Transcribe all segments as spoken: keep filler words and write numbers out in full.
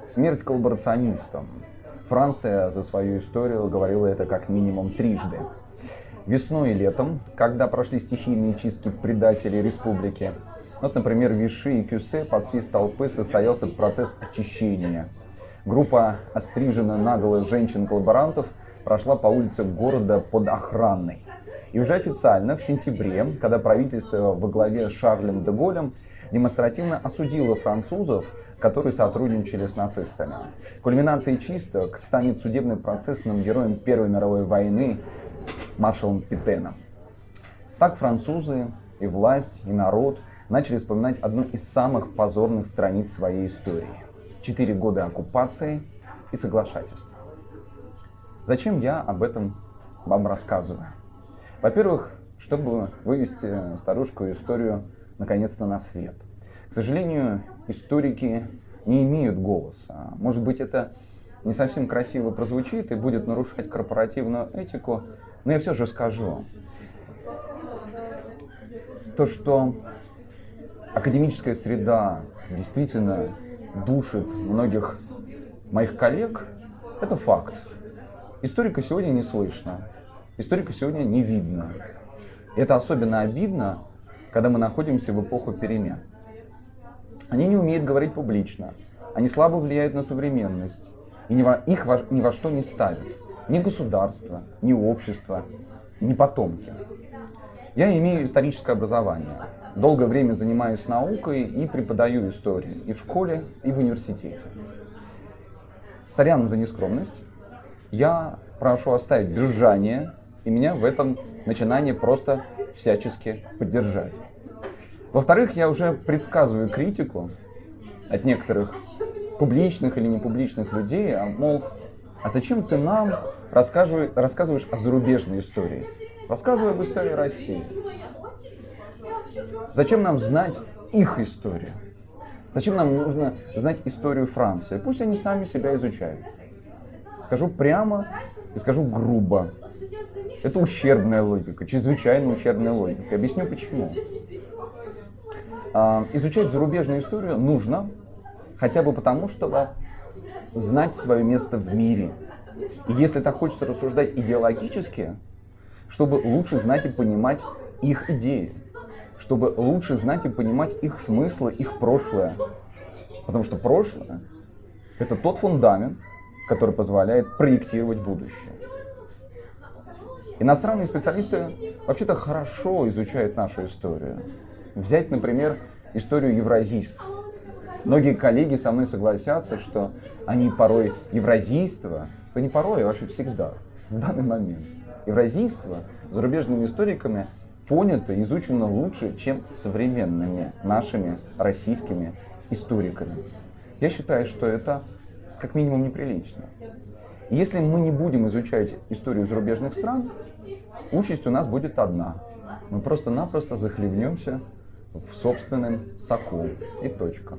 Смерть коллаборационистам. Франция за свою историю говорила это как минимум трижды. Весной и летом, когда прошли стихийные чистки предателей республики. Вот, например, в Виши и Кюссе под свист толпы состоялся процесс очищения. Группа остриженных наголо женщин-коллаборантов прошла по улице города под охраной. И уже официально в сентябре, когда правительство во главе с Шарлем де Голлем демонстративно осудило французов, которые сотрудничали с нацистами. Кульминацией чисток станет судебный процесс над героем Первой мировой войны маршалом Петеном. Так французы и власть, и народ начали вспоминать одну из самых позорных страниц своей истории. Четыре года оккупации и соглашательства. Зачем я об этом вам рассказываю? Во-первых, чтобы вывести старушку историю наконец-то на свет. К сожалению, историки не имеют голоса. Может быть, это не совсем красиво прозвучит и будет нарушать корпоративную этику, но я все же скажу. То, что академическая среда действительно душит многих моих коллег, это факт. Историка сегодня не слышно, историка сегодня не видно. И это особенно обидно, когда мы находимся в эпоху перемен. Они не умеют говорить публично, они слабо влияют на современность, и ни во, их во, ни во что не ставят. Ни государство, ни общество, ни потомки. Я имею историческое образование, долгое время занимаюсь наукой и преподаю историю и в школе, и в университете. Сорян за нескромность, я прошу оставить брюзжание и меня в этом начинании просто всячески поддержать. Во-вторых, я уже предсказываю критику от некоторых публичных или непубличных людей, а, мол, а зачем ты нам рассказываешь, рассказываешь о зарубежной истории? Рассказывай об истории России. Зачем нам знать их историю? Зачем нам нужно знать историю Франции? Пусть они сами себя изучают. Скажу прямо и скажу грубо. Это ущербная логика, чрезвычайно ущербная логика. Объясню почему. Изучать зарубежную историю нужно хотя бы потому, чтобы знать свое место в мире. И если так хочется рассуждать идеологически, чтобы лучше знать и понимать их идеи, чтобы лучше знать и понимать их смыслы, их прошлое. Потому что прошлое — это тот фундамент, который позволяет проектировать будущее. Иностранные специалисты вообще-то хорошо изучают нашу историю. Взять, например, историю евразийства. Многие коллеги со мной согласятся, что они порой евразийство, то не порой, а вообще всегда, в данный момент. Евразийство зарубежными историками понято, изучено лучше, чем современными нашими российскими историками. Я считаю, что это как минимум неприлично. И если мы не будем изучать историю зарубежных стран, участь у нас будет одна. Мы просто-напросто захлебнемся в собственном соку. И точка.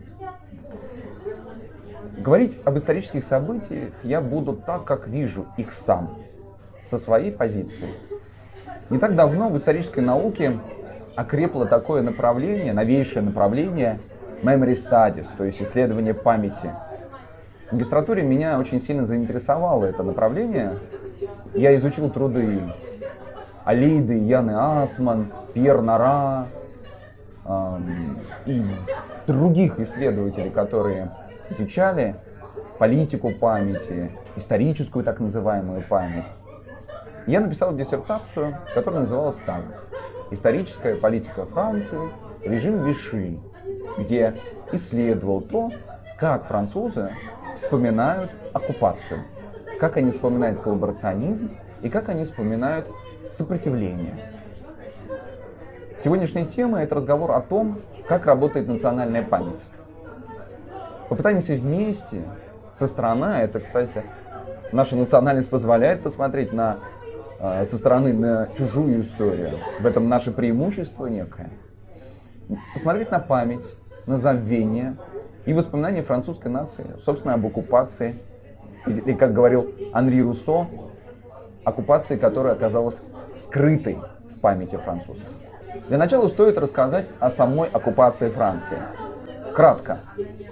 Говорить об исторических событиях я буду так, как вижу их сам, со своей позиции. Не так давно в исторической науке окрепло такое направление, новейшее направление memory studies, то есть исследование памяти. В магистратуре меня очень сильно заинтересовало это направление. Я изучил труды Алиды, Яны Асман, Пьер Нора э, и других исследователей, которые изучали политику памяти, историческую так называемую память. Я написал диссертацию, которая называлась так: «Историческая политика Франции. Режим Виши», где исследовал то, как французы вспоминают оккупацию, как они вспоминают коллаборационизм и как они вспоминают сопротивление. Сегодняшняя тема — это разговор о том, как работает национальная память. Попытаемся вместе, со стороны, это, кстати, наша национальность позволяет посмотреть на, со стороны на чужую историю. В этом наше преимущество некое. Посмотреть на память, на забвение и воспоминания французской нации, собственно, об оккупации, или, как говорил Анри Руссо, оккупации, которая оказалась скрытой в памяти французов. Для начала стоит рассказать о самой оккупации Франции. Кратко.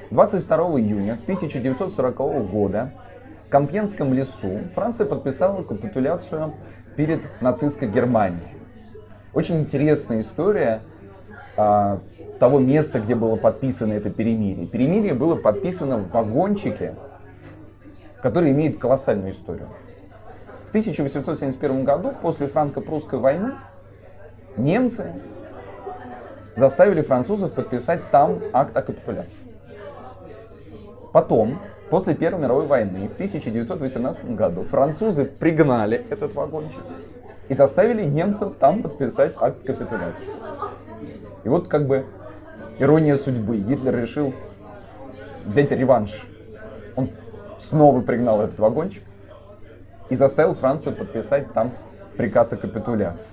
двадцать второго июня тысяча девятьсот сорокового года в Компьенском лесу Франция подписала капитуляцию перед нацистской Германией. Очень интересная история а, того места, где было подписано это перемирие. Перемирие было подписано в вагончике, который имеет колоссальную историю. В тысяча восемьсот семьдесят первом году, после франко-прусской войны, немцы заставили французов подписать там акт о капитуляции. Потом, после Первой мировой войны, в тысяча девятьсот восемнадцатом году, французы пригнали этот вагончик и заставили немцев там подписать акт капитуляции. И вот как бы ирония судьбы. Гитлер решил взять реванш. Он снова пригнал этот вагончик и заставил Францию подписать там приказ о капитуляции.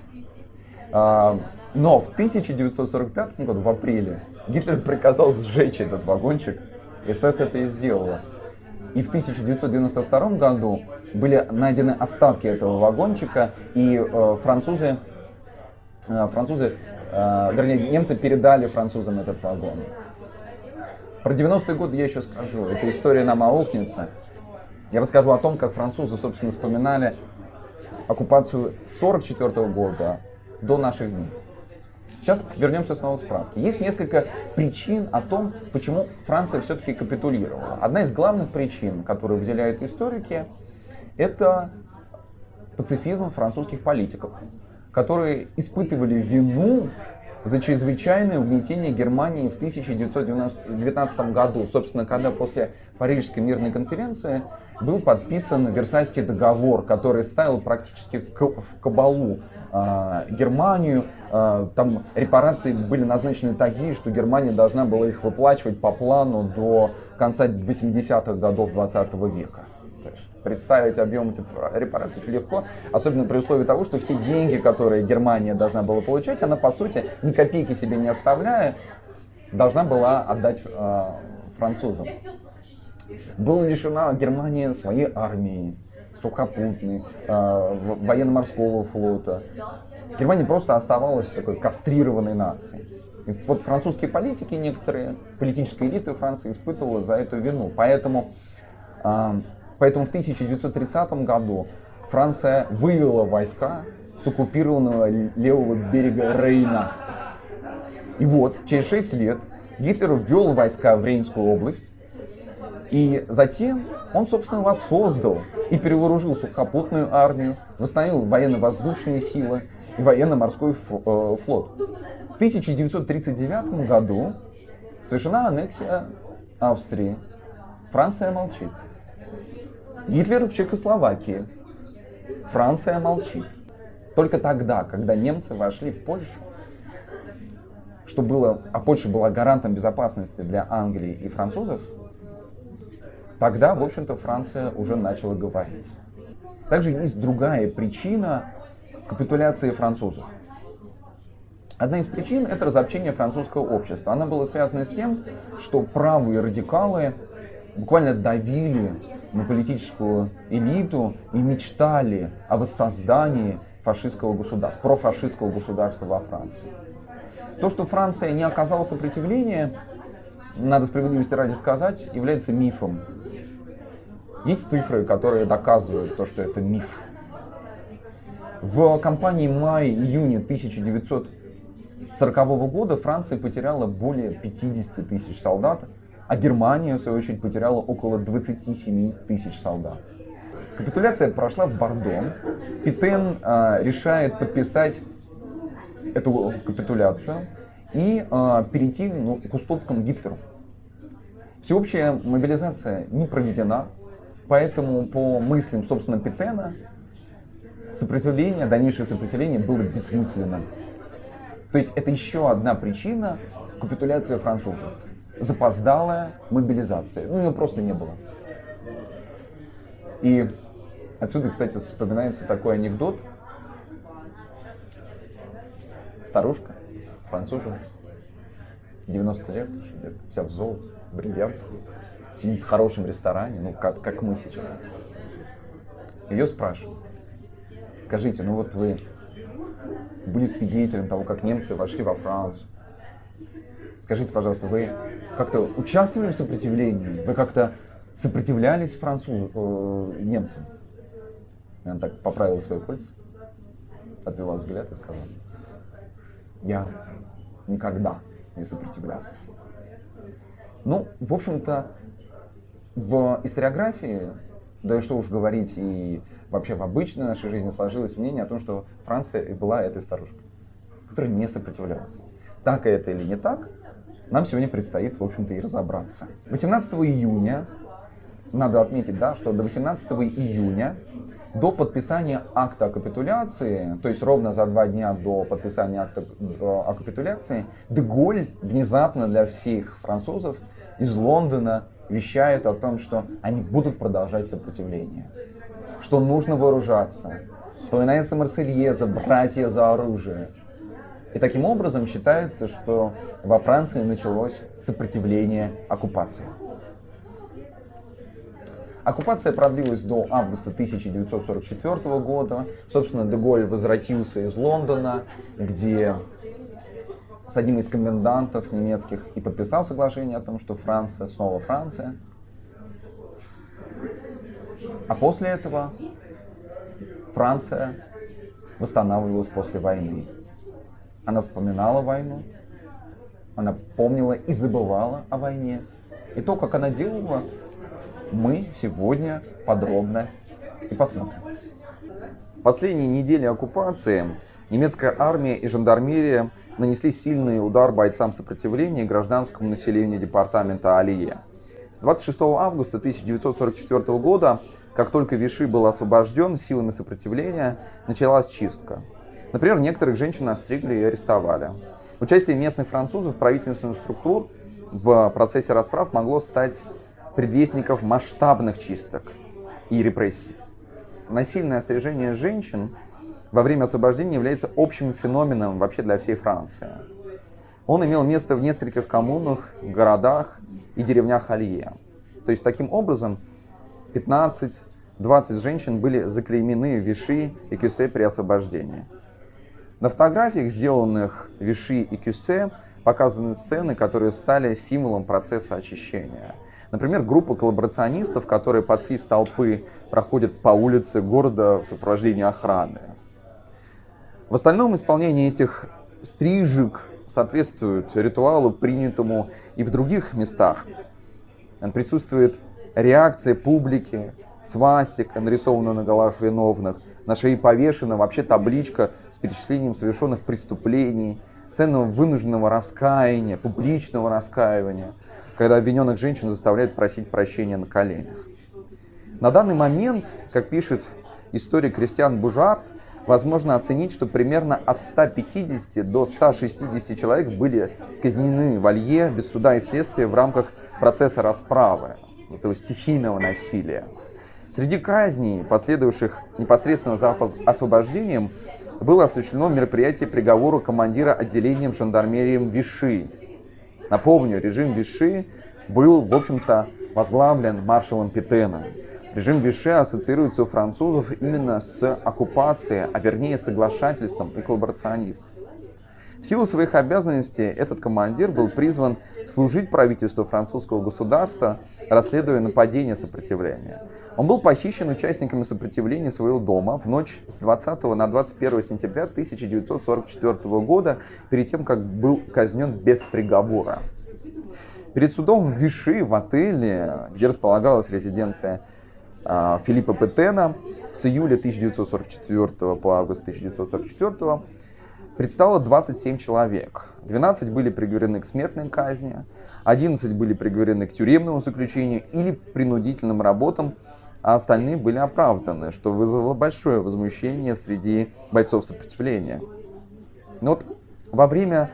Но в тысяча девятьсот сорок пятом году, в апреле, Гитлер приказал сжечь этот вагончик. СС это и сделала. И в тысяча девятьсот девяносто втором году были найдены остатки этого вагончика, и э, французы, э, французы э, вернее, немцы передали французам этот вагон. Про девяностые годы я еще скажу, эта история нам аукнется. Я расскажу о том, как французы, собственно, вспоминали оккупацию сорок четвёртого года до наших дней. Сейчас вернемся снова к справке. Есть несколько причин о том, почему Франция все-таки капитулировала. Одна из главных причин, которую выделяют историки, это пацифизм французских политиков, которые испытывали вину за чрезвычайное угнетение Германии в тысяча девятьсот девятнадцатом году. Собственно, когда после Парижской мирной конференции был подписан Версальский договор, который ставил практически в кабалу э, Германию. Э, там репарации были назначены такие, что Германия должна была их выплачивать по плану до конца восьмидесятых годов двадцатого века. То есть представить объем этих репараций очень легко, особенно при условии того, что все деньги, которые Германия должна была получать, она, по сути, ни копейки себе не оставляя, должна была отдать э, французам. Была лишена Германия своей армии, сухопутной, э, военно-морского флота. Германия просто оставалась такой кастрированной нацией. И вот французские политики, некоторые политические элиты Франции испытывали за эту вину. Поэтому, э, поэтому в тысяча девятьсот тридцатом году Франция вывела войска с оккупированного левого берега Рейна. И вот, через шесть лет Гитлер ввел войска в Рейнскую область. И затем он, собственно, воссоздал и перевооружил сухопутную армию, восстановил военно-воздушные силы и военно-морской флот. В тысяча девятьсот тридцать девятом году совершена аннексия Австрии. Франция молчит. Гитлер в Чехословакии. Франция молчит. Только тогда, когда немцы вошли в Польшу, что было, а Польша была гарантом безопасности для Англии и французов, тогда, в общем-то, Франция уже начала говорить. Также есть другая причина капитуляции французов. Одна из причин – это разобщение французского общества. Она была связана с тем, что правые радикалы буквально давили на политическую элиту и мечтали о воссоздании фашистского государства, профашистского государства во Франции. То, что Франция не оказала сопротивления, надо справедливости ради сказать, является мифом. Есть цифры, которые доказывают то, что это миф. В кампании мая-июня тысяча девятьсот сорокового года Франция потеряла более пятидесяти тысяч солдат, а Германия, в свою очередь, потеряла около двадцати семи тысяч солдат. Капитуляция прошла в Бордо. Петен э, решает подписать эту капитуляцию и э, перейти ну, к уступкам Гитлеру. Всеобщая мобилизация не проведена, поэтому по мыслям, собственно, Петена, сопротивление, дальнейшее сопротивление было бессмысленным. То есть это еще одна причина капитуляции французов. Запоздалая мобилизация. Ну, ее просто не было. И отсюда, кстати, вспоминается такой анекдот. Старушка, француженка, девяносто лет, вся в золоте, бриллиантах, сидит в хорошем ресторане, ну, как, как мы сейчас. Ее спрашивают: скажите, ну вот вы были свидетелем того, как немцы вошли во Францию. Скажите, пожалуйста, вы как-то участвовали в сопротивлении? Вы как-то сопротивлялись французам, э, немцам? Она так поправила свой пульс, отвела взгляд и сказала: я никогда не сопротивлялась. Ну, в общем-то, в историографии, да и что уж говорить, и вообще в обычной нашей жизни сложилось мнение о том, что Франция и была этой старушкой, которая не сопротивлялась. Так это или не так, нам сегодня предстоит, в общем-то, и разобраться. восемнадцатого июня, надо отметить, да, что до восемнадцатого июня, до подписания акта о капитуляции, то есть ровно за два дня до подписания акта о капитуляции, де-Голь внезапно для всех французов из Лондона вещает о том, что они будут продолжать сопротивление, что нужно вооружаться. Вспоминается Марсельеза, братья за оружие. И таким образом считается, что во Франции началось сопротивление оккупации. Оккупация продлилась до августа тысяча девятьсот сорок четвёртого года. Собственно, де-Голь возвратился из Лондона, где с одним из комендантов немецких и подписал соглашение о том, что Франция снова Франция. А после этого Франция восстанавливалась после войны. Она вспоминала войну, она помнила и забывала о войне. И то, как она делала, мы сегодня подробно и посмотрим. В последние недели оккупации немецкая армия и жандармерия нанесли сильный удар бойцам сопротивления и гражданскому населению департамента Алие. двадцать шестого августа тысяча девятьсот сорок четвёртого года, как только Виши был освобожден силами сопротивления, началась чистка. Например, некоторых женщин остригли и арестовали. Участие местных французов в правительственных структур в процессе расправ могло стать предвестником масштабных чисток и репрессий. Насильное острижение женщин во время освобождения является общим феноменом вообще для всей Франции. Он имел место в нескольких коммунах, городах и деревнях Алие. То есть таким образом пятнадцать-двадцать женщин были заклеймены Виши и Кюссе при освобождении. На фотографиях, сделанных Виши и Кюссе, показаны сцены, которые стали символом процесса очищения. Например, группа коллаборационистов, которые под свист толпы проходят по улице города в сопровождении охраны. В остальном исполнение этих стрижек соответствует ритуалу, принятому и в других местах. Присутствует реакция публики, свастика, нарисованная на головах виновных, на шее повешена вообще табличка с перечислением совершенных преступлений, сцена вынужденного раскаяния, публичного раскаивания, когда обвиненных женщин заставляют просить прощения на коленях. На данный момент, как пишет историк Кристиан Бужард, возможно оценить, что примерно от ста пятидесяти до ста шестидесяти человек были казнены в Алье без суда и следствия в рамках процесса расправы, этого стихийного насилия. Среди казней, последовавших непосредственно за освобождением, было осуществлено мероприятие приговора командира отделением жандармерием Виши. Напомню, режим Виши был, в общем-то, возглавлен маршалом Петеном. Режим Виши ассоциируется у французов именно с оккупацией, а вернее соглашательством и коллаборационистом. В силу своих обязанностей этот командир был призван служить правительству французского государства, расследуя нападение сопротивления. Он был похищен участниками сопротивления своего дома в ночь с двадцатого на двадцать первое сентября тысяча девятьсот сорок четвёртого года, перед тем, как был казнен без приговора. Перед судом Виши в отеле, где располагалась резиденция э, Филиппа Петена, с июля тысяча девятьсот сорок четвёртого по август тысяча девятьсот сорок четвёртого предстало двадцать семь человек. двенадцать были приговорены к смертной казни, одиннадцать были приговорены к тюремному заключению или принудительным работам, а остальные были оправданы, что вызвало большое возмущение среди бойцов сопротивления. Но вот во время,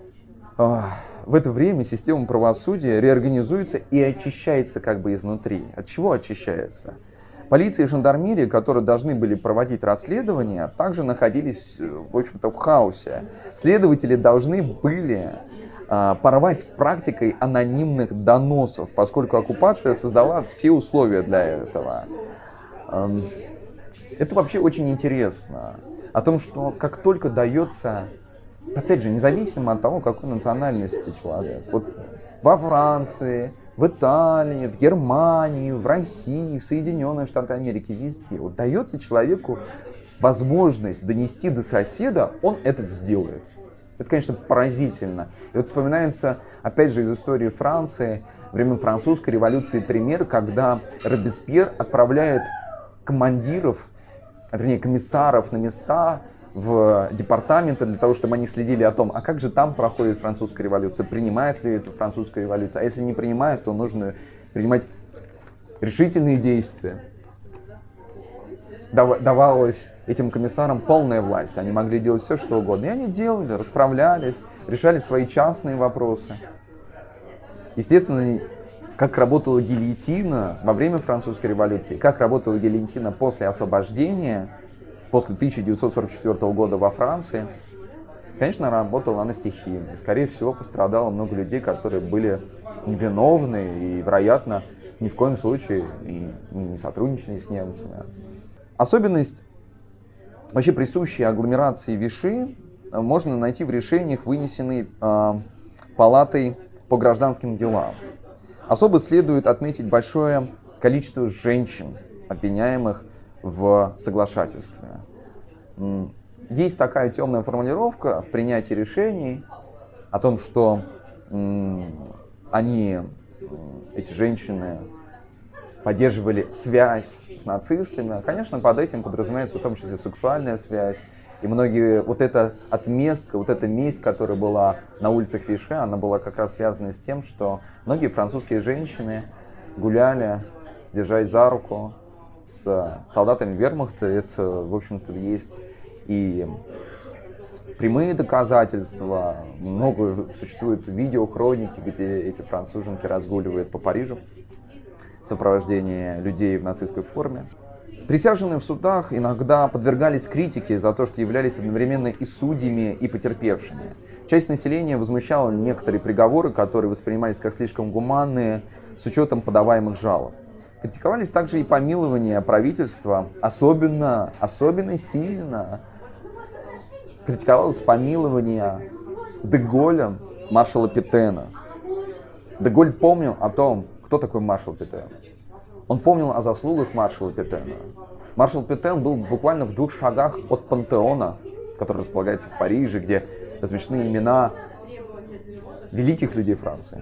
э, в это время система правосудия реорганизуется и очищается как бы изнутри. От чего очищается? Полиция и жандармерия, которые должны были проводить расследование, также находились, в общем-то, в хаосе. Следователи должны были э, порвать практикой анонимных доносов, поскольку оккупация создала все условия для этого. Эм, это вообще очень интересно. О том, что как только дается опять же, независимо от того, какой национальности человек. Вот во Франции, в Италии, в Германии, в России, в Соединенных Штатах Америки, везде. Вот дается человеку возможность донести до соседа, он это сделает. Это, конечно, поразительно. И вот вспоминается, опять же, из истории Франции, времен французской революции, пример, когда Робеспьер отправляет командиров, вернее, комиссаров на места в департаменты для того, чтобы они следили о том, а как же там проходит французская революция, принимает ли эту французскую революцию, а если не принимает, то нужно принимать решительные действия. Давалось этим комиссарам полная власть, они могли делать все, что угодно, и они делали, расправлялись, решали свои частные вопросы. Естественно, как работала гильотина во время французской революции, как работала гильотина после освобождения, после тысяча девятьсот сорок четвёртого года во Франции, конечно, работала она стихийно. Скорее всего, пострадало много людей, которые были невиновны и, вероятно, ни в коем случае и не сотрудничали с немцами. Особенность, вообще присущая агломерации Виши, можно найти в решениях, вынесенных э, Палатой по гражданским делам. Особо следует отметить большое количество женщин, обвиняемых в соглашательстве. Есть такая темная формулировка в принятии решений о том, что они, эти женщины, поддерживали связь с нацистами. Конечно, под этим подразумевается в том числе сексуальная связь. И многие, вот эта отместка, вот эта месть, которая была на улицах Виши, она была как раз связана с тем, что многие французские женщины гуляли, держась за руку с солдатами вермахта. Это, в общем-то, есть и прямые доказательства. Много существует видеохроники, где эти француженки разгуливают по Парижу в сопровождении людей в нацистской форме. Присяжные в судах иногда подвергались критике за то, что являлись одновременно и судьями, и потерпевшими. Часть населения возмущала некоторые приговоры, которые воспринимались как слишком гуманные, с учетом подаваемых жалоб. Критиковались также и помилования правительства, особенно, особенно сильно критиковалось помилование де Голля маршала Петена. Де Голль помнил о том, кто такой маршал Петен. Он помнил о заслугах маршала Петена. Маршал Петен был буквально в двух шагах от пантеона, который располагается в Париже, где размещены имена великих людей Франции.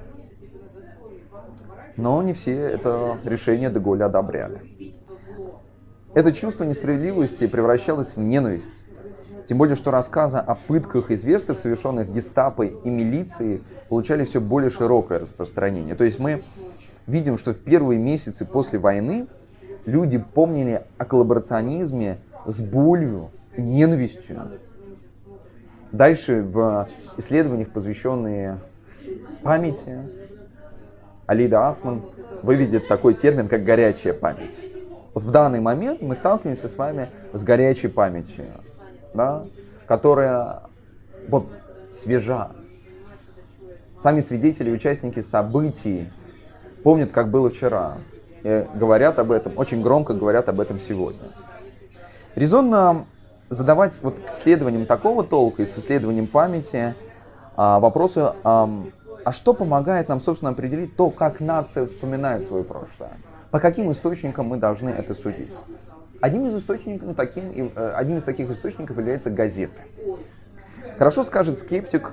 Но не все это решение де Голля одобряли. Это чувство несправедливости превращалось в ненависть. Тем более, что рассказы о пытках и зверствах, совершенных гестапо и милицией, получали все более широкое распространение. То есть мы видим, что в первые месяцы после войны люди помнили о коллаборационизме с болью, ненавистью. Дальше в исследованиях, посвященные памяти, Алида Асман выведет такой термин, как горячая память. Вот в данный момент мы сталкиваемся с вами с горячей памятью, да, которая вот свежа. Сами свидетели и участники событий помнят, как было вчера, и говорят об этом, очень громко говорят об этом сегодня. Резонно задавать вот к исследованиям такого толка и с исследованием памяти а, вопросы, а, а что помогает нам, собственно, определить то, как нация вспоминает свое прошлое? По каким источникам мы должны это судить? Одним из источников, ну, таким, одним из таких источников является газеты. Хорошо скажет скептик,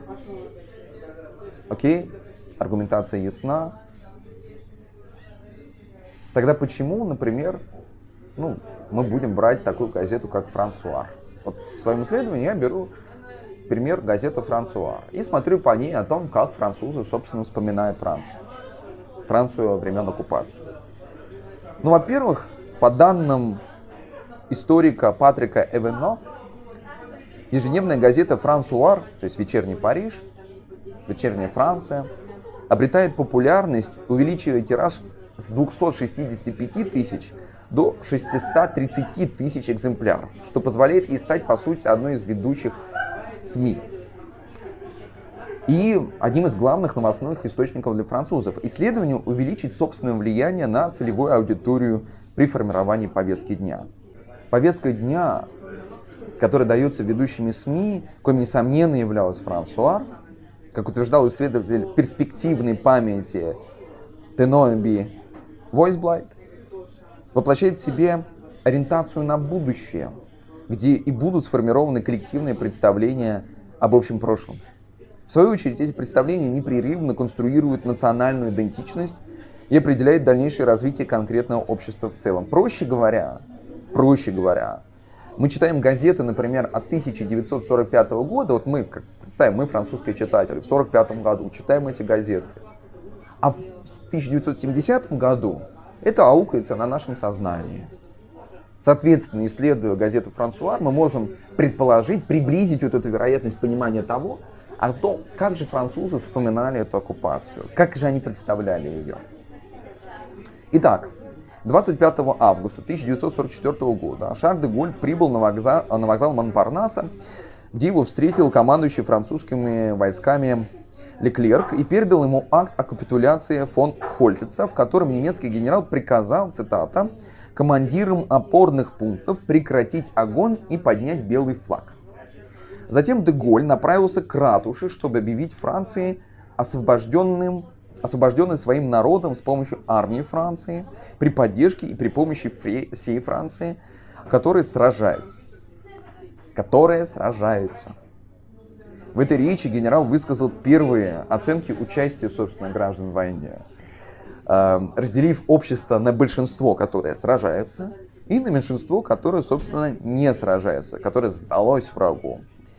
окей, аргументация ясна. Тогда почему, например, ну, мы будем брать такую газету, как «Франсуар»? Вот в своем исследовании я беру пример газеты «Франсуар» и смотрю по ней о том, как французы, собственно, вспоминают Францию. Францию во времен оккупации. Ну, во-первых, по данным историка Патрика Эвено, ежедневная газета «Франсуар», то есть «Вечерний Париж», «Вечерняя Франция», обретает популярность, увеличивая тираж с двухсот шестидесяти пяти тысяч до шестисот тридцати тысяч экземпляров, что позволяет ей стать, по сути, одной из ведущих СМИ. И одним из главных новостных источников для французов. Исследование увеличить собственное влияние на целевую аудиторию при формировании повестки дня. Повестка дня, который дается ведущими СМИ, коим несомненно являлась Франсуар, как утверждал исследователь перспективной памяти Тенойби Войсблайт, воплощает в себе ориентацию на будущее, где и будут сформированы коллективные представления об общем прошлом. В свою очередь, эти представления непрерывно конструируют национальную идентичность и определяют дальнейшее развитие конкретного общества в целом. Проще говоря, проще говоря, мы читаем газеты, например, от тысяча девятьсот сорок пятого года, вот мы, как, представим, мы французские читатели, в сорок пятом году читаем эти газеты, а в тысяча девятьсот семидесятом году это аукается на нашем сознании. Соответственно, исследуя газету «Франсуар», мы можем предположить, приблизить вот эту вероятность понимания того, о том, как же французы вспоминали эту оккупацию, как же они представляли ее. Итак, двадцать пятого августа тысяча девятьсот сорок четвёртого года Шарль де Голль прибыл на вокзал, на вокзал Монпарнаса, где его встретил командующий французскими войсками Леклерк и передал ему акт о капитуляции фон Хольтица, в котором немецкий генерал приказал, цитата, командирам опорных пунктов прекратить огонь и поднять белый флаг. Затем де Голль направился к ратуше, чтобы объявить Франции освобожденным, освобожденной своим народом с помощью армии Франции, при поддержке и при помощи всей Франции, которая сражается. Которая сражается. В этой речи генерал высказал первые оценки участия, собственно, граждан в войне, разделив общество на большинство, которое сражается, и на меньшинство, которое, собственно, не сражается, которое сдалось врагу.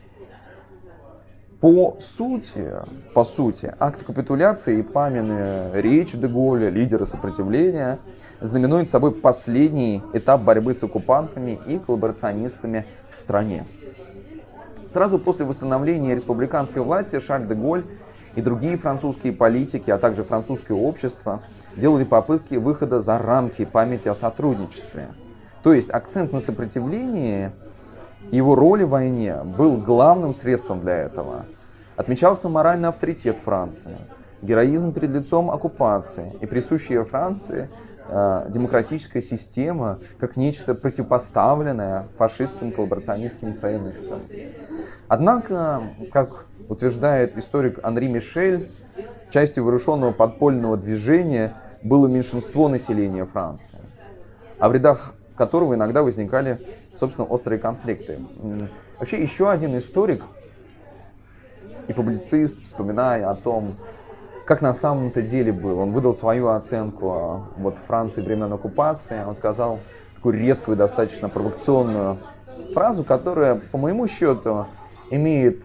По сути, по сути, акт капитуляции и пламенная речь де Голля, лидера сопротивления, знаменует собой последний этап борьбы с оккупантами и коллаборационистами в стране. Сразу после восстановления республиканской власти Шарль де Голль и другие французские политики, а также французское общество делали попытки выхода за рамки памяти о сотрудничестве. То есть акцент на сопротивлении, его роли в войне был главным средством для этого. Отмечался моральный авторитет Франции, героизм перед лицом оккупации и присущая Франции э, демократическая система как нечто противопоставленное фашистским коллаборационистским ценностям. Однако, как утверждает историк Анри Мишель, частью вооруженного подпольного движения было меньшинство населения Франции, а в рядах которого иногда возникали, собственно, острые конфликты. Вообще, еще один историк и публицист, вспоминая о том, как на самом-то деле было, он выдал свою оценку вот, Франции времен оккупации, он сказал такую резкую, достаточно провокационную фразу, которая, по моему счету, имеет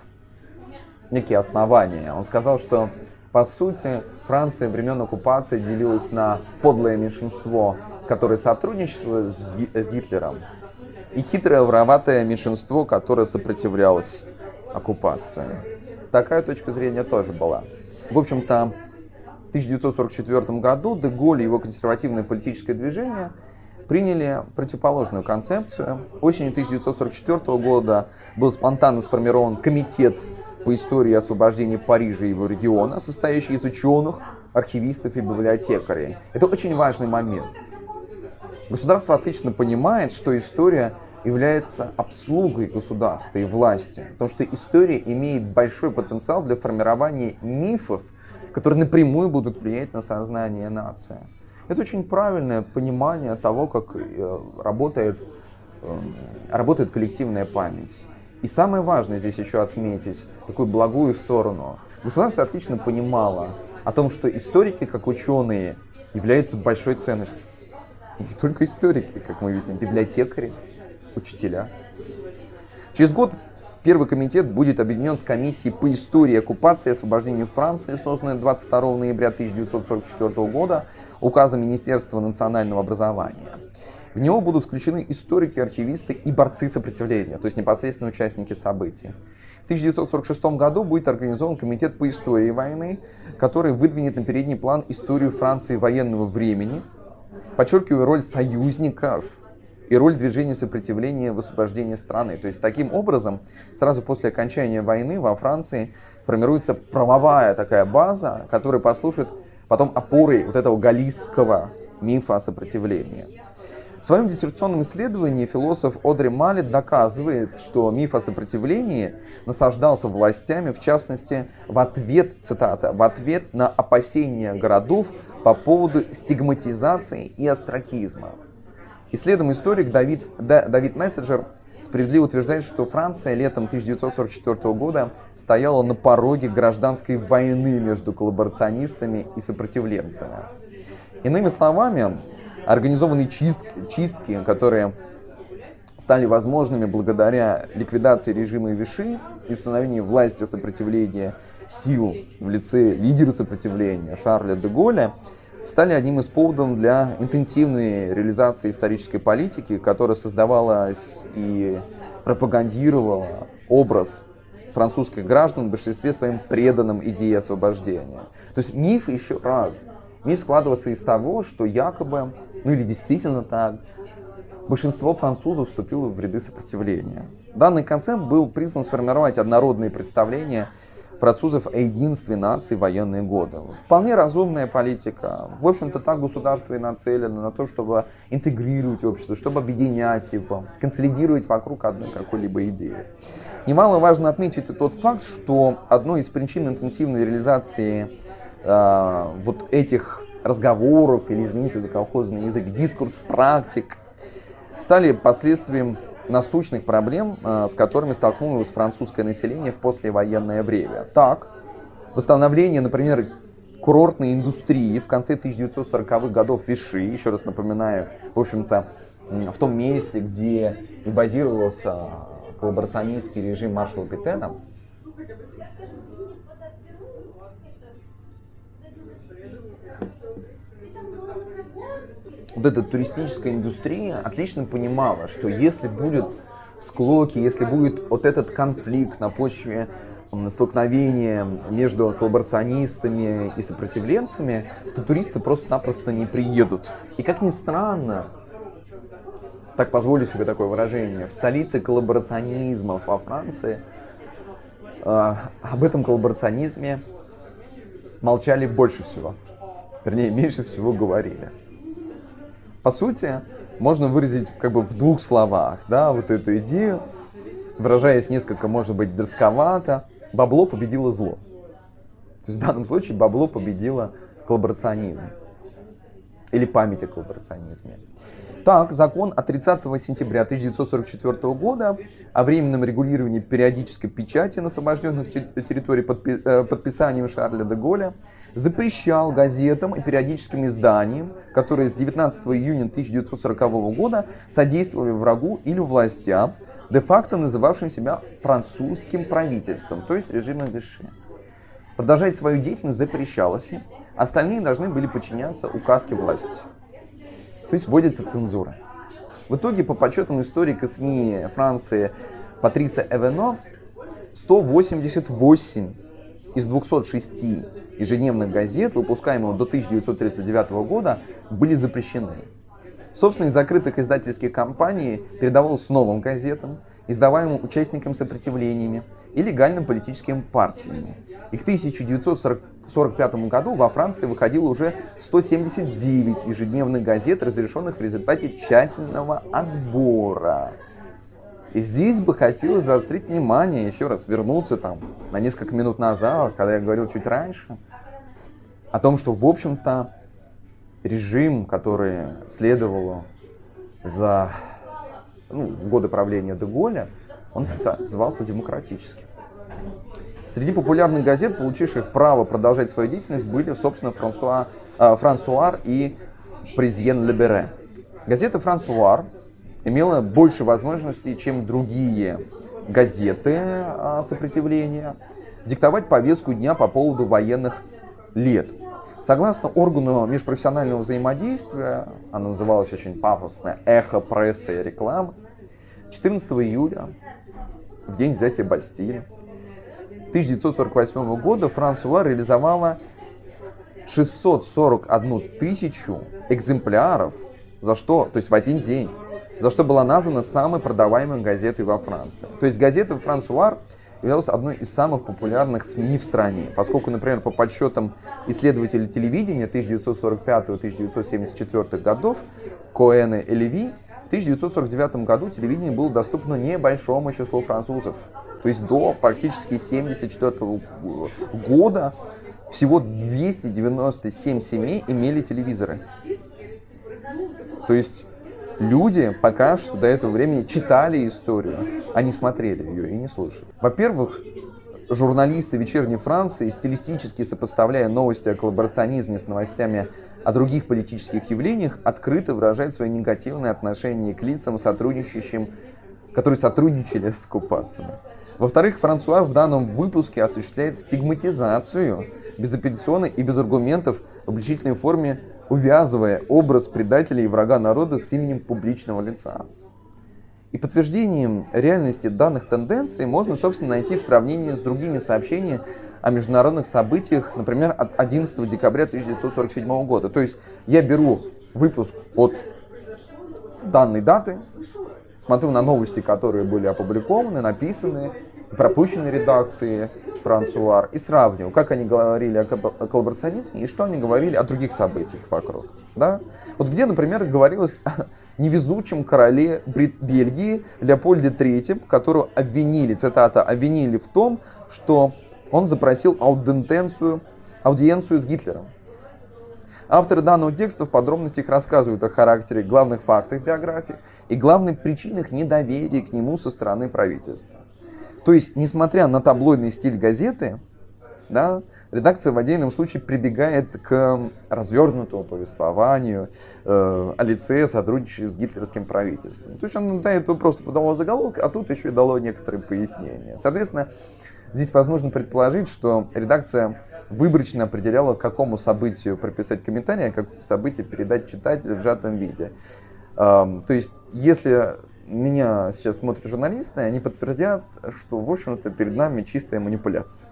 некие основания. Он сказал, что, по сути, Франция времен оккупации делилась на подлое меньшинство, которое сотрудничало с, Ги- с Гитлером, и хитрое вороватое меньшинство, которое сопротивлялось оккупации. Такая точка зрения тоже была. В общем-то, в тысяча девятьсот сорок четвёртом году де Голль и его консервативное политическое движение приняли противоположную концепцию. Осенью тысяча девятьсот сорок четвёртого года был спонтанно сформирован комитет по истории освобождения Парижа и его региона, состоящий из ученых, архивистов и библиотекарей. Это очень важный момент. Государство отлично понимает, что история является обслугой государства и власти, потому что история имеет большой потенциал для формирования мифов, которые напрямую будут влиять на сознание нации. Это очень правильное понимание того, как работает, работает коллективная память. И самое важное здесь еще отметить такую благую сторону. Государство отлично понимало о том, что историки, как ученые, являются большой ценностью. И не только историки, как мы видим, библиотекари, учителя. Через год первый комитет будет объединен с комиссией по истории оккупации и освобождению Франции, созданной двадцать второго ноября тысяча девятьсот сорок четвёртого года указом Министерства национального образования. В него будут включены историки, архивисты и борцы сопротивления, то есть непосредственно участники событий. В тысяча девятьсот сорок шестом году будет организован комитет по истории войны, который выдвинет на передний план историю Франции военного времени, подчеркивая роль союзников и роль движения сопротивления в освобождении страны. То есть таким образом, сразу после окончания войны во Франции формируется правовая такая база, которая послужит потом опорой вот этого галлийского мифа о сопротивлении. В своем диссертационном исследовании философ Одри Маллет доказывает, что миф о сопротивлении насаждался властями, в частности, в ответ, цитата, в ответ на опасения городов по поводу стигматизации и остракизма. Исследуемый историк Давид, Давид Месседжер справедливо утверждает, что Франция летом тысяча девятьсот сорок четвёртого года стояла на пороге гражданской войны между коллаборационистами и сопротивленцами. Иными словами, организованные чистки, чистки, которые стали возможными благодаря ликвидации режима Виши и становлению власти сопротивления сил в лице лидера сопротивления Шарля де Голля, стали одним из поводов для интенсивной реализации исторической политики, которая создавала и пропагандировала образ французских граждан в большинстве своим преданным идее освобождения. То есть миф, еще раз, миф складывался из того, что якобы, ну или действительно так, большинство французов вступило в ряды сопротивления. Данный концепт был призван сформировать однородные представления французов о единстве нации в военные годы. Вполне разумная политика. В общем-то, так государство и нацелено на то, чтобы интегрировать общество, чтобы объединять его, консолидировать вокруг одной какой-либо идеи. Немаловажно отметить и тот факт, что одной из причин интенсивной реализации э, вот этих разговоров, или, извините за колхозный язык, дискурс, практик, стали последствием насущных проблем, с которыми столкнулось французское население в послевоенное время. Так, восстановление, например, курортной индустрии в конце тысяча девятьсот сороковых годов Виши, еще раз напоминаю, в общем-то, в том месте, где и базировался коллаборационистский режим маршала Петена, вот эта туристическая индустрия отлично понимала, что если будет склоки, если будет вот этот конфликт на почве столкновения между коллаборационистами и сопротивленцами, то туристы просто-напросто не приедут. И как ни странно, так позволю себе такое выражение, в столице коллаборационизма во Франции э, об этом коллаборационизме молчали больше всего. Вернее, меньше всего говорили. По сути, можно выразить как бы в двух словах, да, вот эту идею, выражаясь несколько, может быть, дросковато: бабло победило зло. То есть в данном случае бабло победило коллаборационизм. Или память о коллаборационизме. Так, закон от тридцатого сентября тысяча девятьсот сорок четвёртого года о временном регулировании периодической печати на освобожденных территориях подпи подписанием Шарля де Голля запрещал газетам и периодическим изданиям, которые с девятнадцатого июня тысяча девятьсот сорокового года содействовали врагу или властям, де-факто называвшим себя французским правительством, то есть режимом Виши. Продолжать свою деятельность запрещалось, остальные должны были подчиняться указке власти. То есть вводится цензура. В итоге, по подсчетам историка СМИ Франции Патриса Эвено, сто восемьдесят восемь из двухсот шести ежедневных газет, выпускаемых до тысяча девятьсот тридцать девятого года, были запрещены. Собственность закрытых издательских компаний передавалась новым газетам, издаваемым участникам сопротивлениями и легальным политическим партиями. И к тысяча девятьсот сорок пятому году во Франции выходило уже сто семьдесят девять ежедневных газет, разрешенных в результате тщательного отбора. И здесь бы хотелось заострить внимание, еще раз вернуться там на несколько минут назад, когда я говорил чуть раньше, о том, что, в общем-то, режим, который следовал за ну, в годы правления де Голля, он назывался демократическим. Среди популярных газет, получивших право продолжать свою деятельность, были, собственно, Франсуа, э, Франсуар и Паризьен Либере. Газета Франсуар имела больше возможностей, чем другие газеты э, сопротивления, диктовать повестку дня по поводу военных лет. Согласно органу межпрофессионального взаимодействия, она называлась очень пафосно «Эхо прессы и рекламы», четырнадцатого июля, в день взятия Бастилии, тысяча девятьсот сорок восьмого года, Франсуа реализовала шестьсот сорок одну тысячу экземпляров, за что, то есть в один день, за что была названа самой продаваемой газетой во Франции. То есть газета Франсуар являлась одной из самых популярных СМИ в стране, поскольку, например, по подсчетам исследователей телевидения тысяча девятьсот сорок пятого — тысяча девятьсот семьдесят четвёртого годов Коэна и Леви, в тысяча девятьсот сорок девятом году телевидение было доступно небольшому числу французов. То есть до практически семьдесят четвёртого года всего двести девяносто семь семей имели телевизоры. То есть люди пока что до этого времени читали историю, а не смотрели ее и не слышали. Во-первых, журналисты вечерней Франции, стилистически сопоставляя новости о коллаборационизме с новостями о других политических явлениях, открыто выражают свое негативное отношение к лицам, сотрудничающим, которые сотрудничали с оккупантами. Во-вторых, Франсуа в данном выпуске осуществляет стигматизацию безапелляционно и без аргументов в обличительной форме, увязывая образ предателя и врага народа с именем публичного лица. И подтверждением реальности данных тенденций можно, собственно, найти в сравнении с другими сообщениями о международных событиях, например, от одиннадцатого декабря тысяча девятьсот сорок седьмого года. То есть я беру выпуск от данной даты, смотрю на новости, которые были опубликованы, написаны, пропущены редакции Франсуа, и сравниваю, как они говорили о коллаборационизме и что они говорили о других событиях вокруг. Да? Вот где, например, говорилось о невезучем короле Бельгии Леопольде третьем, которого обвинили, цитата, обвинили в том, что он запросил аудиенцию, аудиенцию с Гитлером. Авторы данного текста в подробностях рассказывают о характере, главных фактах биографии и главных причинах недоверия к нему со стороны правительства. То есть, несмотря на таблоидный стиль газеты, да, редакция в отдельном случае прибегает к развернутому повествованию э, о лице, сотрудничающем с гитлеровским правительством. То есть он до этого просто подало заголовок, а тут еще и дало некоторые пояснения. Соответственно, здесь возможно предположить, что редакция выборочно определяла, к какому событию прописать комментарий, а какое событие передать читателю в сжатом виде. Э, то есть, если меня сейчас смотрят журналисты, они подтвердят, что, в общем-то, перед нами чистая манипуляция.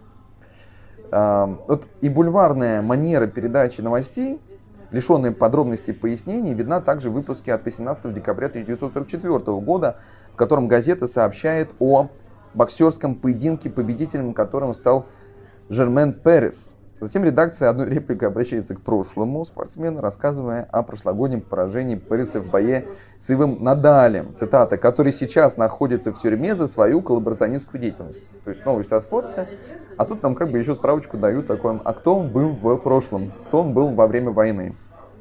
Вот и бульварная манера передачи новостей, лишенная подробностей и пояснений, видна также в выпуске от восемнадцатого декабря тысяча девятьсот сорок четвёртого года, в котором газета сообщает о боксерском поединке, победителем которым стал Жермен Перес. Затем редакция одной репликой обращается к прошлому спортсмена, рассказывая о прошлогоднем поражении Переса в бое с Ивом Надалем, цитата, который сейчас находится в тюрьме за свою коллаборационистскую деятельность. То есть новость о спорте, а тут нам как бы еще справочку дают такой, а кто он был в прошлом, кто он был во время войны.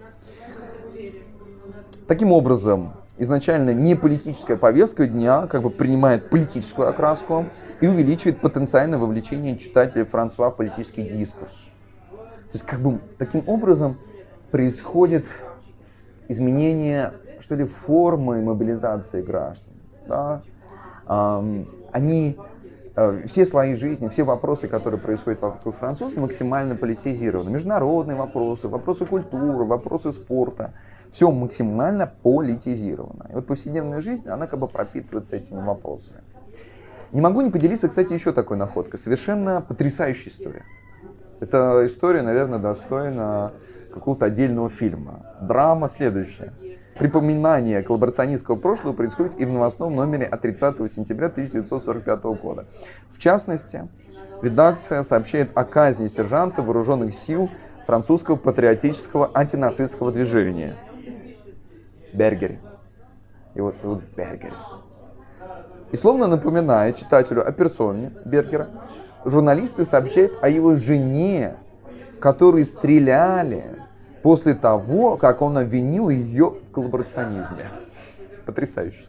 Таким образом, изначально не политическая повестка дня как бы принимает политическую окраску и увеличивает потенциальное вовлечение читателей Франсуа в политический дискурс. То есть, как бы, таким образом происходит изменение, что ли, формы мобилизации граждан. Да? Они, все слои жизни, все вопросы, которые происходят вокруг французов, максимально политизированы. Международные вопросы, вопросы культуры, вопросы спорта. Все максимально политизировано. И вот повседневная жизнь, она как бы пропитывается этими вопросами. Не могу не поделиться, кстати, еще такой находкой. Совершенно потрясающая история. Эта история, наверное, достойна какого-то отдельного фильма. Драма следующая. Припоминание коллаборационистского прошлого происходит и в новостном номере от тридцатого сентября тысяча девятьсот сорок пятого года. В частности, редакция сообщает о казни сержанта вооруженных сил французского патриотического антинацистского движения. Бергере. Его зовут Бергере. И словно напоминая читателю о персоне Бергера, журналисты сообщают о его жене, в которой стреляли после того, как он обвинил ее в коллаборационизме. Потрясающе.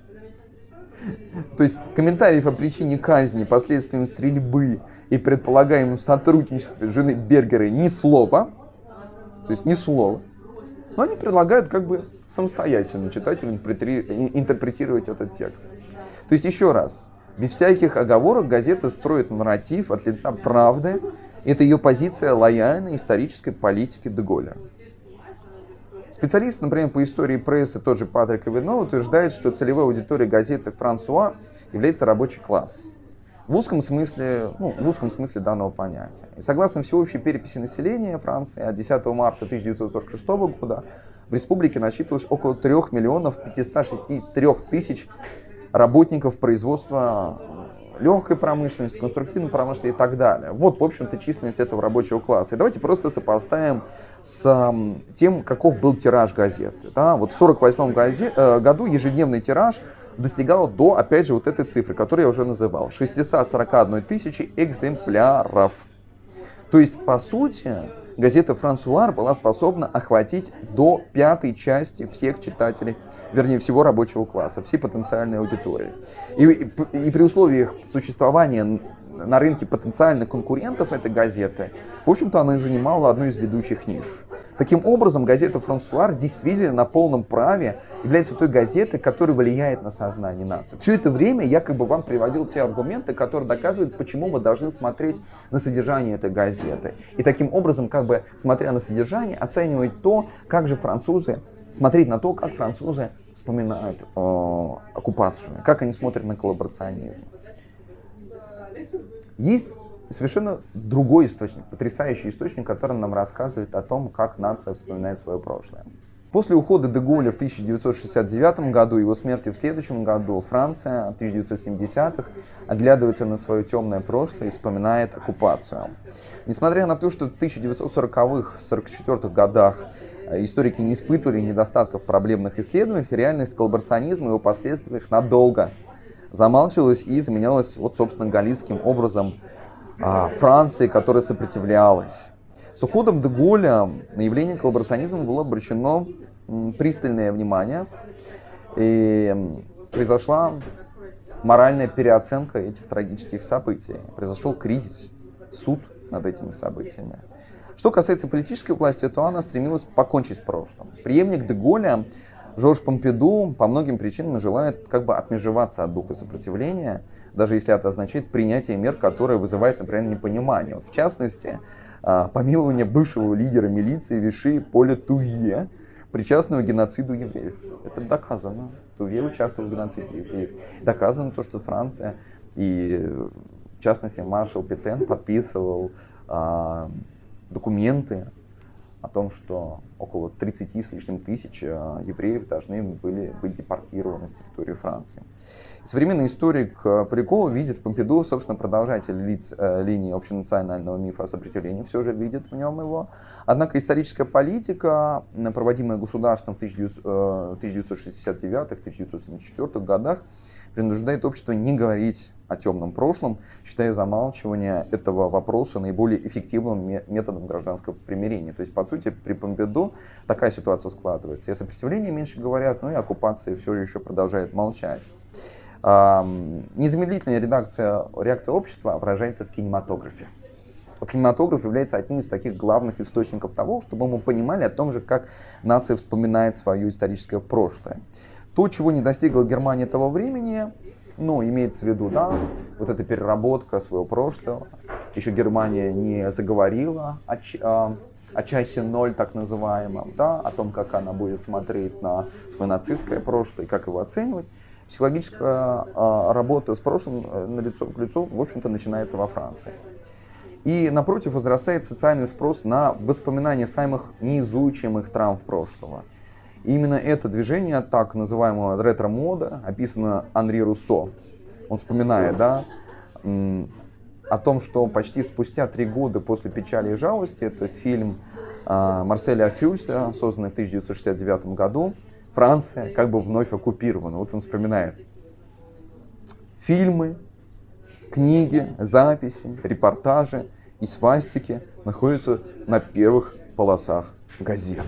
То есть комментариев о причине казни, последствиям стрельбы и предполагаемом сотрудничестве жены Бергера ни слова. То есть ни слова. Но они предлагают как бы самостоятельно читателю интерпретировать этот текст. То есть еще раз. Без всяких оговорок газета строит нарратив от лица правды. Это ее позиция лояльной исторической политики де Голля. Специалист, например, по истории прессы, тот же Патрик Эвено, утверждает, что целевой аудиторией газеты «Франсуа» является рабочий класс. В узком смысле, ну, в узком смысле данного понятия. И согласно всеобщей переписи населения Франции от десятого марта тысяча девятьсот сорок шестого года в республике насчитывалось около трёх миллионов пятисот шестьдесят три тысяч работников производства легкой промышленности, конструктивной промышленности и так далее. Вот, в общем-то, численность этого рабочего класса. И давайте просто сопоставим с тем, каков был тираж газеты. Да? Вот в сорок восьмом году ежедневный тираж достигал до, опять же, вот этой цифры, которую я уже называл, шестисот сорока одной тысячи экземпляров. То есть, по сути, газета «Франсуар» была способна охватить до пятой части всех читателей, вернее, всего рабочего класса, всей потенциальной аудитории. И, и, и при условиях существования на рынке потенциальных конкурентов этой газеты, в общем-то, она и занимала одну из ведущих ниш. Таким образом, газета «Франсуар» действительно на полном праве является той газетой, которая влияет на сознание нации. Все это время я как бы вам приводил те аргументы, которые доказывают, почему мы должны смотреть на содержание этой газеты. И таким образом, как бы смотря на содержание, оценивать то, как же французы, смотреть на то, как французы вспоминают э, оккупацию, как они смотрят на коллаборационизм. Есть совершенно другой источник, потрясающий источник, который нам рассказывает о том, как нация вспоминает свое прошлое. После ухода де Голля в тысяча девятьсот шестьдесят девятом году и его смерти в следующем году, Франция в тысяча девятьсот семидесятых оглядывается на свое темное прошлое и вспоминает оккупацию. Несмотря на то, что в тысяча девятьсот сороковых — сорок четвёртых годах историки не испытывали недостатков в проблемных исследованиях, реальность коллаборационизма и его последствиях надолго замалчивалась и заменялась, вот, собственно, галлийским образом а, Франции, которая сопротивлялась. С уходом де Голля на явление коллаборационизма было обращено м, пристальное внимание, и произошла моральная переоценка этих трагических событий. Произошел кризис, суд над этими событиями. Что касается политической власти, то она стремилась покончить с прошлым. Преемник де Голля Жорж Помпиду по многим причинам желает как бы отмежеваться от духа сопротивления, даже если это означает принятие мер, которые вызывают, например, непонимание. Вот в частности, помилование бывшего лидера милиции Виши Поля Тувье, причастного к геноциду евреев. Это доказано. Тувье участвовал в геноциде евреев. Доказано то, что Франция и, в частности, маршал Петен подписывал а, документы о том, что около тридцати с лишним тысяч евреев должны были быть депортированы с территории Франции. Современный историк Поляков видит в Помпиду, собственно, продолжатель лиц, э, линии общенационального мифа о сопротивлении, все же видит в нем его. Однако историческая политика, проводимая государством в тысяча девятьсот шестьдесят девятом — тысяча девятьсот семьдесят четвёртом годах, принуждает общество не говорить о темном прошлом, считая замалчивание этого вопроса наиболее эффективным методом гражданского примирения. То есть, по сути, при Помпиду такая ситуация складывается. И о сопротивлении меньше говорят, но и оккупация все еще продолжает молчать. Незамедлительная редакция, реакция общества выражается в кинематографе. Кинематограф является одним из таких главных источников того, чтобы мы понимали о том же, как нация вспоминает свое историческое прошлое. То, чего не достигла Германия того времени, ну, имеется в виду, да, вот эта переработка своего прошлого. Еще Германия не заговорила о, о, о часе ноль, так называемом, да, о том, как она будет смотреть на свое нацистское прошлое и как его оценивать. Психологическая а, работа с прошлым на лицо к лицу, в общем-то, начинается во Франции. И, напротив, возрастает социальный спрос на воспоминания самых неизучаемых травм прошлого. И именно это движение, так называемого ретро-мода, описано Анри Руссо. Он вспоминает, да, о том, что почти спустя три года после «Печали и жалости», это фильм а, Марселя Афюса, созданный в тысяча девятьсот шестьдесят девятом году, Франция как бы вновь оккупирована. Вот он вспоминает фильмы, книги, записи, репортажи и свастики находятся на первых полосах газет.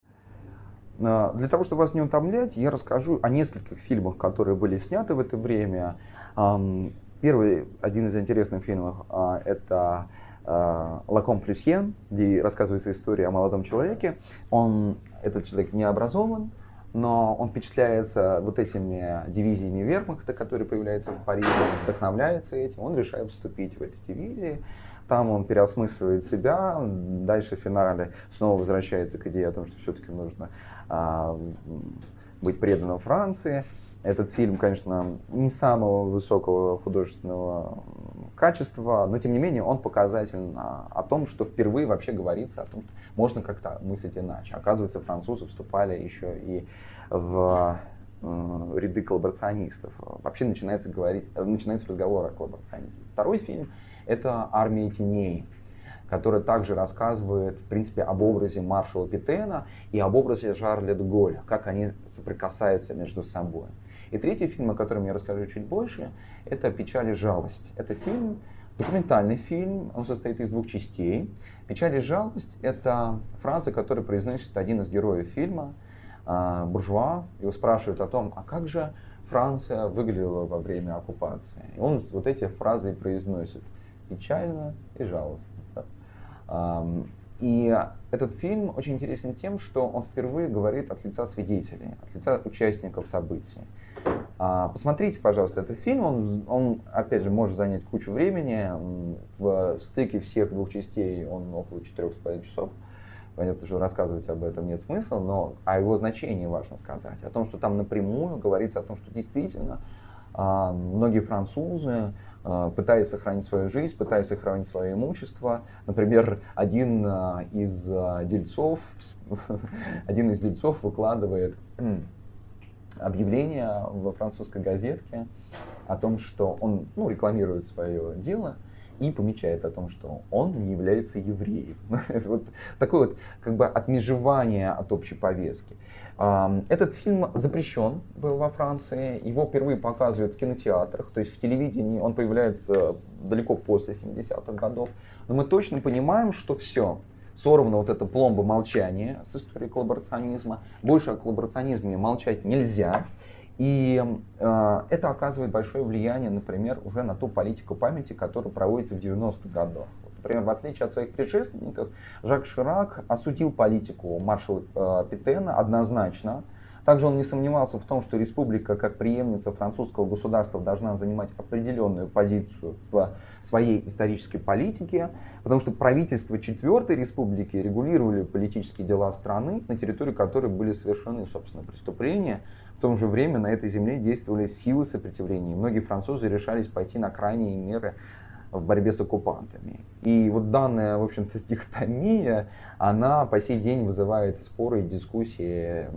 Для того, чтобы вас не утомлять, я расскажу о нескольких фильмах, которые были сняты в это время. Первый, один из интересных фильмов, это «Ла Комплюсьен», где рассказывается история о молодом человеке. Он, этот человек не образован, но он впечатляется вот этими дивизиями вермахта, которые появляются в Париже, он вдохновляется этим, он решает вступить в эти дивизии. Там он переосмысливает себя, дальше в финале снова возвращается к идее о том, что все-таки нужно а, быть преданным Франции. Этот фильм, конечно, не самого высокого художественного качества, но тем не менее он показателен о том, что впервые вообще говорится о том, что можно как-то мыслить иначе. Оказывается, французы вступали еще и в э, ряды коллаборационистов. Вообще начинается, говорить, начинается разговор о коллаборационизме. Второй фильм — это «Армия теней», который также рассказывает, в принципе, об образе маршала Петена и об образе Шарля де Голля, как они соприкасаются между собой. И третий фильм, о котором я расскажу чуть больше, это «Печаль и жалость». Это фильм, документальный фильм, он состоит из двух частей. «Печаль и жалость» — это фраза, которую произносит один из героев фильма, буржуа. Его спрашивают о том, а как же Франция выглядела во время оккупации. И он вот эти фразы и произносит: печально и жалостно. И этот фильм очень интересен тем, что он впервые говорит от лица свидетелей, от лица участников событий. Посмотрите, пожалуйста, этот фильм. Он, он, опять же, может занять кучу времени. В стыке всех двух частей он около четырёх с половиной часов. Понятно, что рассказывать об этом нет смысла, но о его значении важно сказать. О том, что там напрямую говорится о том, что действительно многие французы, пытаясь сохранить свою жизнь, пытаясь сохранить свое имущество. Например, один из дельцов, один из дельцов выкладывает объявление во французской газетке о том, что он, ну, рекламирует свое дело и помечает о том, что он не является евреем. Вот такое вот как бы отмежевание от общей повестки. Этот фильм запрещен был во Франции, его впервые показывают в кинотеатрах, то есть в телевидении он появляется далеко после семидесятых годов. Но мы точно понимаем, что все, сорвана вот эта пломба молчания с историей коллаборационизма, больше о коллаборационизме молчать нельзя. И э, это оказывает большое влияние, например, уже на ту политику памяти, которая проводится в девяностых годах. Например, в отличие от своих предшественников, Жак Ширак осудил политику маршала э, Петена однозначно. Также он не сомневался в том, что республика, как преемница французского государства, должна занимать определенную позицию в своей исторической политике, потому что правительства Четвертой Республики регулировали политические дела страны, на территории которой были совершены, собственно, преступления. В то же время на этой земле действовали силы сопротивления. Многие французы решались пойти на крайние меры в борьбе с оккупантами. И вот данная, в общем-то, дихотомия, она по сей день вызывает споры и дискуссии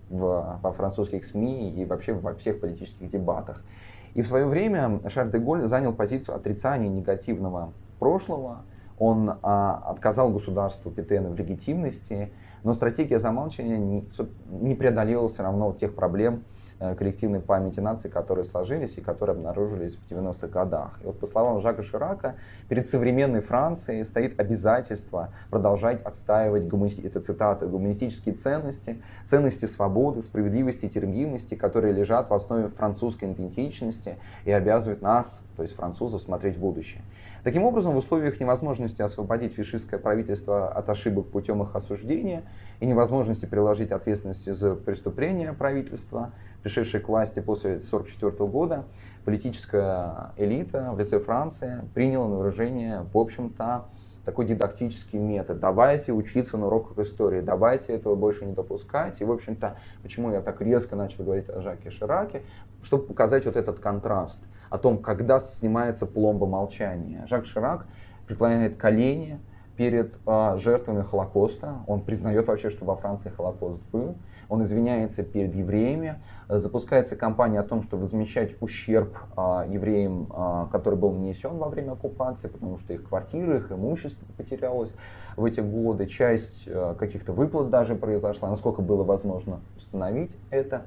в, во французских СМИ и вообще во всех политических дебатах. И в свое время Шарль де Голль занял позицию отрицания негативного прошлого. Он а, отказал государству Петена в легитимности, но стратегия замалчивания не, не преодолела все равно тех проблем э, коллективной памяти наций, которые сложились и которые обнаружились в девяностых годах. И вот по словам Жака Ширака, перед современной Францией стоит обязательство продолжать отстаивать, гумани... это цитата, гуманистические ценности, ценности свободы, справедливости и терпимости, которые лежат в основе французской идентичности и обязывают нас, то есть французов, смотреть в будущее. Таким образом, в условиях невозможности освободить фашистское правительство от ошибок путем их осуждения и невозможности приложить ответственности за преступления правительства, пришедшее к власти после тысяча девятьсот сорок четвёртого года, политическая элита в лице Франции приняла на вооружение, в общем-то, такой дидактический метод. Давайте учиться на уроках истории, давайте этого больше не допускать. И, в общем-то, почему я так резко начал говорить о Жаке Шираке, чтобы показать вот этот контраст о том, когда снимается пломба молчания. Жак Ширак преклоняет колени перед э, жертвами Холокоста. Он признает вообще, что во Франции Холокост был. Он извиняется перед евреями. Запускается кампания о том, чтобы возмещать ущерб э, евреям, э, который был нанесен во время оккупации, потому что их квартиры, их имущество потерялось в эти годы. Часть э, каких-то выплат даже произошла, насколько было возможно установить это.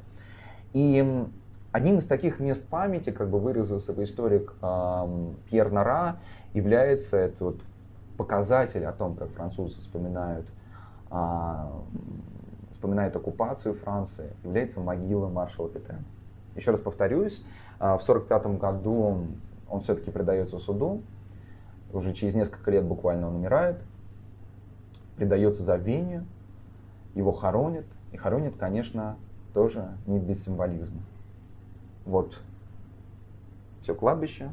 И одним из таких мест памяти, как бы выразился бы историк э, Пьер Нора, является это вот показатель о том, как французы вспоминают, э, вспоминают оккупацию Франции, является могила маршала Петена. Еще раз повторюсь, э, в сорок пятом году он все-таки предается суду, уже через несколько лет буквально он умирает, предается забвению, его хоронят, и хоронят, конечно, тоже не без символизма. Вот все кладбище,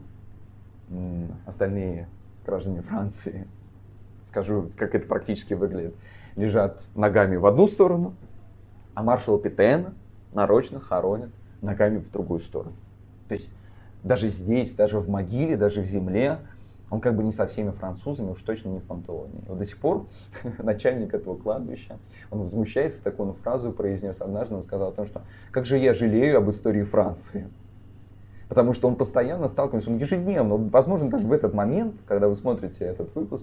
остальные граждане Франции, скажу, как это практически выглядит, лежат ногами в одну сторону, а маршала Петена нарочно хоронят ногами в другую сторону. То есть даже здесь, даже в могиле, даже в земле Он как бы не со всеми французами, уж точно не в пантеоне. Вот до сих пор начальник этого кладбища, он возмущается, такую фразу произнес однажды, он сказал о том, что «как же я жалею об истории Франции». Потому что он постоянно сталкивается, он ежедневно, возможно, даже в этот момент, когда вы смотрите этот выпуск,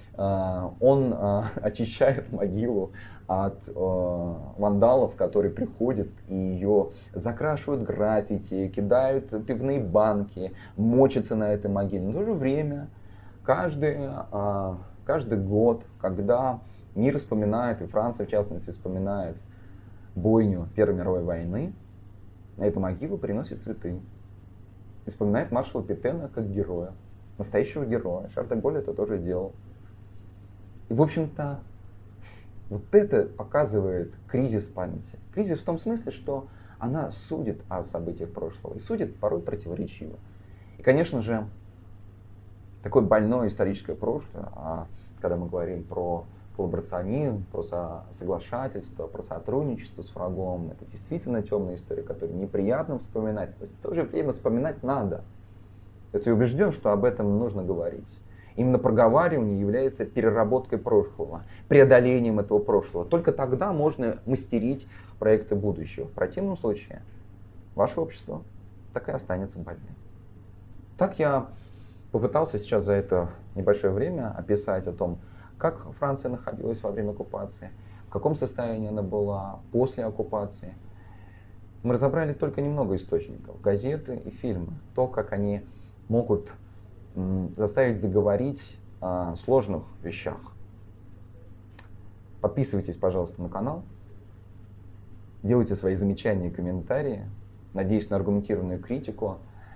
он очищает могилу от вандалов, которые приходят и ее закрашивают граффити, кидают пивные банки, мочатся на этой могиле. Но в то же время каждый, каждый год, когда мир вспоминает, и Франция в частности вспоминает бойню Первой мировой войны, на эту могилу приносят цветы. И вспоминает маршала Петена как героя, настоящего героя. Шарль де Голль это тоже делал. И, в общем-то, вот это показывает кризис памяти. Кризис в том смысле, что она судит о событиях прошлого и судит порой противоречиво. И, конечно же, такое больное историческое прошлое, а когда мы говорим про коллаборационизм, про соглашательство, про сотрудничество с врагом, это действительно темная история, которую неприятно вспоминать, но в то же время вспоминать надо. Я убежден, что об этом нужно говорить. Именно проговаривание является переработкой прошлого, преодолением этого прошлого. Только тогда можно мастерить проекты будущего. В противном случае ваше общество так и останется больным. Так я попытался сейчас за это небольшое время описать о том, как Франция находилась во время оккупации, в каком состоянии она была после оккупации. Мы разобрали только немного источников, газеты и фильмы, то, как они могут заставить заговорить о сложных вещах. Подписывайтесь, пожалуйста, на канал, делайте свои замечания и комментарии, надеюсь на аргументированную критику.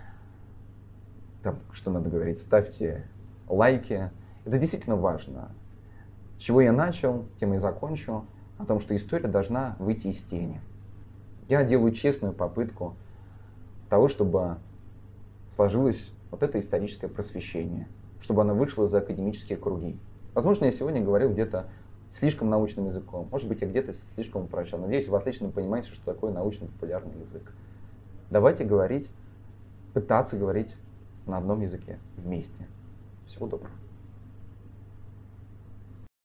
Там, что надо говорить, ставьте лайки. Это действительно важно. С чего я начал, тем и закончу, о том, что история должна выйти из тени. Я делаю честную попытку того, чтобы сложилось вот это историческое просвещение, чтобы оно вышло за академические круги. Возможно, я сегодня говорил где-то слишком научным языком, может быть, я где-то слишком упрощал. Надеюсь, вы отлично понимаете, что такое научно-популярный язык. Давайте говорить, пытаться говорить на одном языке вместе. Всего доброго.